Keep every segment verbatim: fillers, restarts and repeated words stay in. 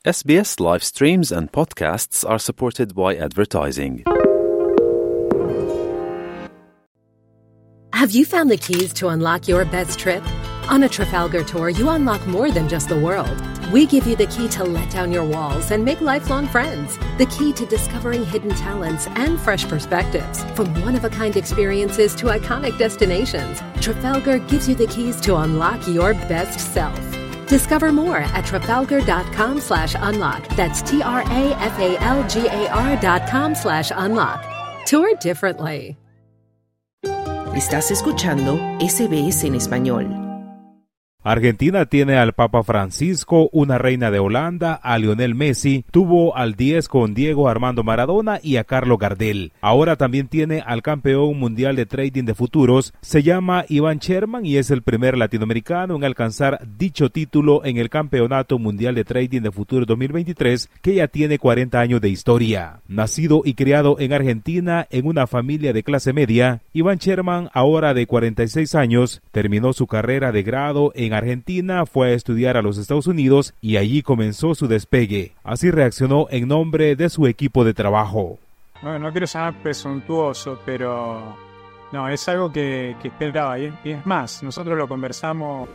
S B S live streams and podcasts are supported by advertising. Have you found the keys to unlock your best trip? On a Trafalgar tour, you unlock more than just the world. We give you the key to let down your walls and make lifelong friends. The key to discovering hidden talents and fresh perspectives. From one-of-a-kind experiences to iconic destinations, Trafalgar gives you the keys to unlock your best self. Discover more at trafalgar.com slash unlock. That's T-R-A-F-A-L-G-A-R dot com slash unlock. Tour differently. Estás escuchando S B S en español. Argentina tiene al Papa Francisco, una reina de Holanda, a Lionel Messi, tuvo al diez con Diego Armando Maradona y a Carlos Gardel. Ahora también tiene al campeón mundial de trading de futuros, se llama Ivan Sherman y es el primer latinoamericano en alcanzar dicho título en el Campeonato Mundial de Trading de Futuros dos mil veintitrés, que ya tiene cuarenta años de historia. Nacido y criado en Argentina en una familia de clase media, Ivan Sherman, ahora de cuarenta y seis años, terminó su carrera de grado en Argentina, fue a estudiar a los Estados Unidos y allí comenzó su despegue. Así reaccionó en nombre de su equipo de trabajo. No, no quiero sonar presuntuoso, pero no, es algo que, que esperaba. Y, y es más, nosotros lo conversamos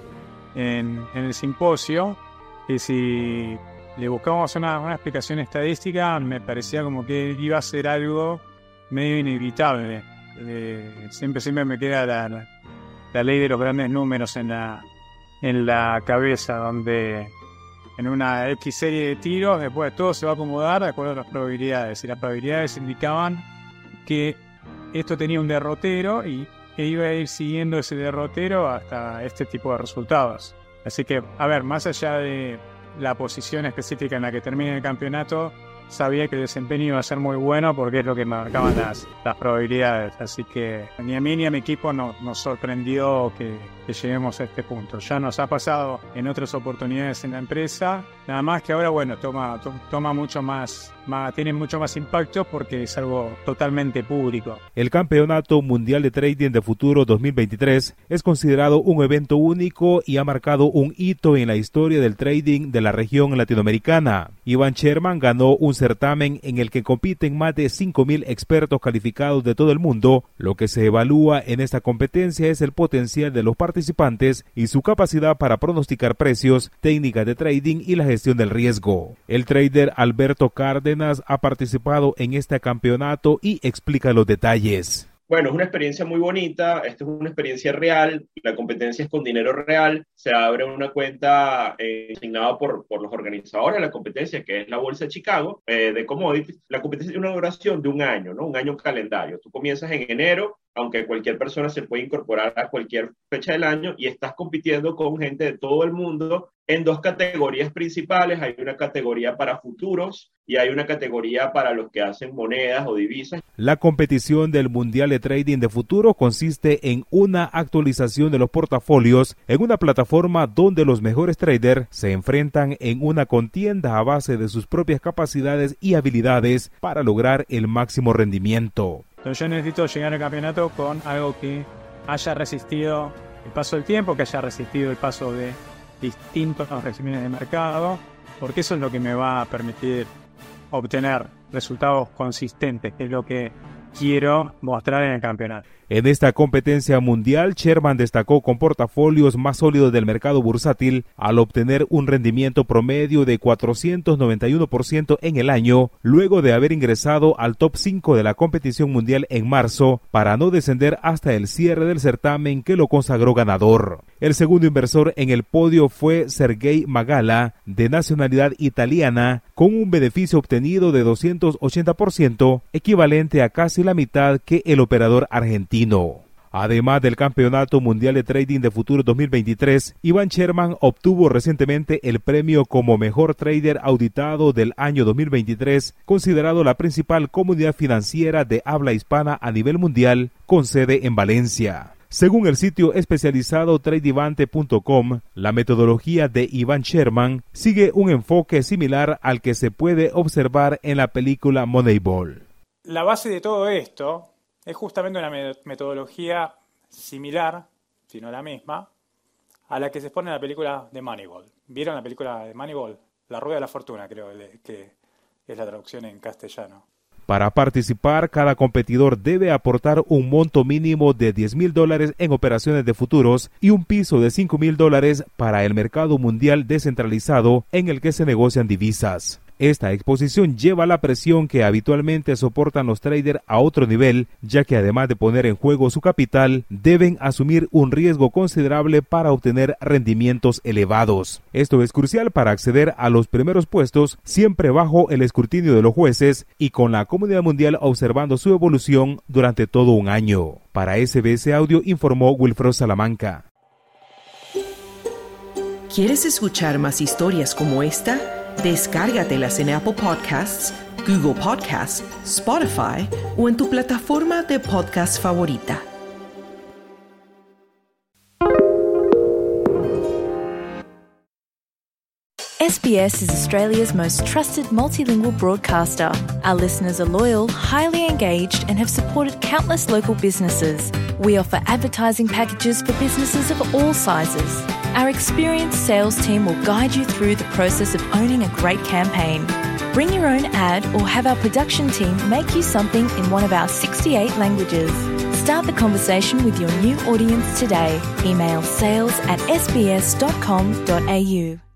en, en el simposio, y si le buscábamos una, una explicación estadística, me parecía como que iba a ser algo medio inevitable. Eh, siempre, siempre me queda la, la, la ley de los grandes números en la en la cabeza, donde en una X serie de tiros, después todo se va a acomodar de acuerdo a las probabilidades, y las probabilidades indicaban que esto tenía un derrotero y que iba a ir siguiendo ese derrotero hasta este tipo de resultados. Así que, a ver, más allá de la posición específica en la que termine el campeonato, sabía que el desempeño iba a ser muy bueno porque es lo que marcaban las, las probabilidades. Así que ni a mí ni a mi equipo no, nos sorprendió que, que lleguemos a este punto. Ya nos ha pasado en otras oportunidades en la empresa, nada más que ahora, bueno, toma, to, toma mucho más, más, tiene mucho más impacto porque es algo totalmente público. El Campeonato Mundial de Trading de Futuro dos mil veintitrés es considerado un evento único y ha marcado un hito en la historia del trading de la región latinoamericana. Ivan Sherman ganó un certamen en el que compiten más de cinco mil expertos calificados de todo el mundo. Lo que se evalúa en esta competencia es el potencial de los participantes y su capacidad para pronosticar precios, técnicas de trading y la gestión del riesgo. El trader Alberto Cárdenas ha participado en este campeonato y explica los detalles. Bueno, es una experiencia muy bonita, esto es una experiencia real, la competencia es con dinero real, se abre una cuenta eh, asignada por, por los organizadores de la competencia, que es la Bolsa de Chicago, eh, de commodities. La competencia tiene una duración de un año, ¿no? Un año calendario. Tú comienzas en enero, aunque cualquier persona se puede incorporar a cualquier fecha del año, y estás compitiendo con gente de todo el mundo en dos categorías principales. Hay una categoría para futuros y hay una categoría para los que hacen monedas o divisas. La competición del Mundial de Trading de Futuros consiste en una actualización de los portafolios en una plataforma donde los mejores traders se enfrentan en una contienda a base de sus propias capacidades y habilidades para lograr el máximo rendimiento. Entonces yo necesito llegar al campeonato con algo que haya resistido el paso del tiempo, que haya resistido el paso de distintos regímenes de mercado, porque eso es lo que me va a permitir obtener resultados consistentes, que es lo que quiero mostrar en el campeonato. En esta competencia mundial, Sherman destacó con portafolios más sólidos del mercado bursátil al obtener un rendimiento promedio de cuatrocientos noventa y uno por ciento en el año, luego de haber ingresado al top cinco de la competición mundial en marzo, para no descender hasta el cierre del certamen que lo consagró ganador. El segundo inversor en el podio fue Sergei Magala, de nacionalidad italiana, con un beneficio obtenido de doscientos ochenta por ciento, equivalente a casi la mitad que el operador argentino. Además del Campeonato Mundial de Trading de Futuros dos mil veintitrés, Ivan Sherman obtuvo recientemente el premio como mejor trader auditado del año dos mil veintitrés, considerado la principal comunidad financiera de habla hispana a nivel mundial, con sede en Valencia. Según el sitio especializado tradivante punto com, la metodología de Ivan Sherman sigue un enfoque similar al que se puede observar en la película Moneyball. La base de todo esto es justamente una metodología similar, si no la misma, a la que se expone en la película de Moneyball. ¿Vieron la película de Moneyball? la rueda de la fortuna, creo que es la traducción en castellano. Para participar, cada competidor debe aportar un monto mínimo de diez mil dólares en operaciones de futuros y un piso de cinco mil dólares para el mercado mundial descentralizado en el que se negocian divisas. Esta exposición lleva la presión que habitualmente soportan los traders a otro nivel, ya que además de poner en juego su capital, deben asumir un riesgo considerable para obtener rendimientos elevados. Esto es crucial para acceder a los primeros puestos, siempre bajo el escrutinio de los jueces y con la comunidad mundial observando su evolución durante todo un año. Para S B S Audio informó Wilfredo Salamanca. ¿Quieres escuchar más historias como esta? Descárgatelas en Apple Podcasts, Google Podcasts, Spotify o en tu plataforma de podcast favorita. S B S is Australia's most trusted multilingual broadcaster. Our listeners are loyal, highly engaged, and have supported countless local businesses. We offer advertising packages for businesses of all sizes. Our experienced sales team will guide you through the process of owning a great campaign. Bring your own ad or have our production team make you something in one of our sixty-eight languages. Start the conversation with your new audience today. Email sales at s b s dot com dot a u.